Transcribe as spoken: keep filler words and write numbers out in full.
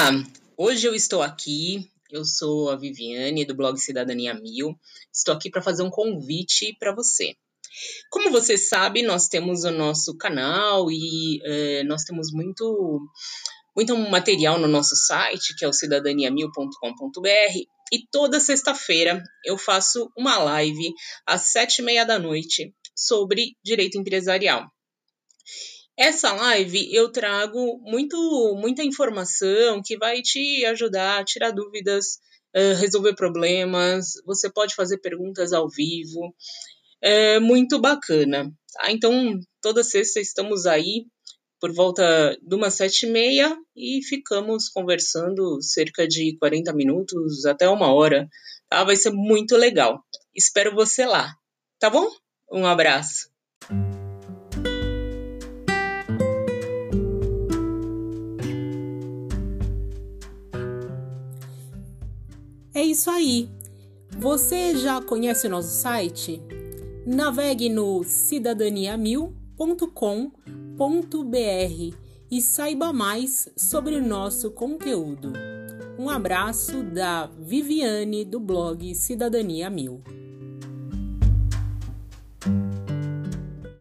Olá, hoje eu estou aqui, eu sou a Viviane do blog Cidadania Mil, estou aqui para fazer um convite para você. Como você sabe, nós temos o nosso canal e é, nós temos muito, muito material no nosso site, que é o cidadania mil ponto com ponto b r, e toda sexta-feira eu faço uma live às sete e meia da noite sobre direito empresarial. Essa live eu trago muito, muita informação que vai te ajudar a tirar dúvidas, uh, resolver problemas, você pode fazer perguntas ao vivo, é muito bacana. Tá? Então, toda sexta estamos aí por volta de umas sete e meia e ficamos conversando cerca de quarenta minutos até uma hora. Tá? Vai ser muito legal. Espero você lá, tá bom? Um abraço. É isso aí. Você já conhece o nosso site? Navegue no cidadania mil ponto com ponto b r e saiba mais sobre o nosso conteúdo. Um abraço da Viviane do blog Cidadania Mil.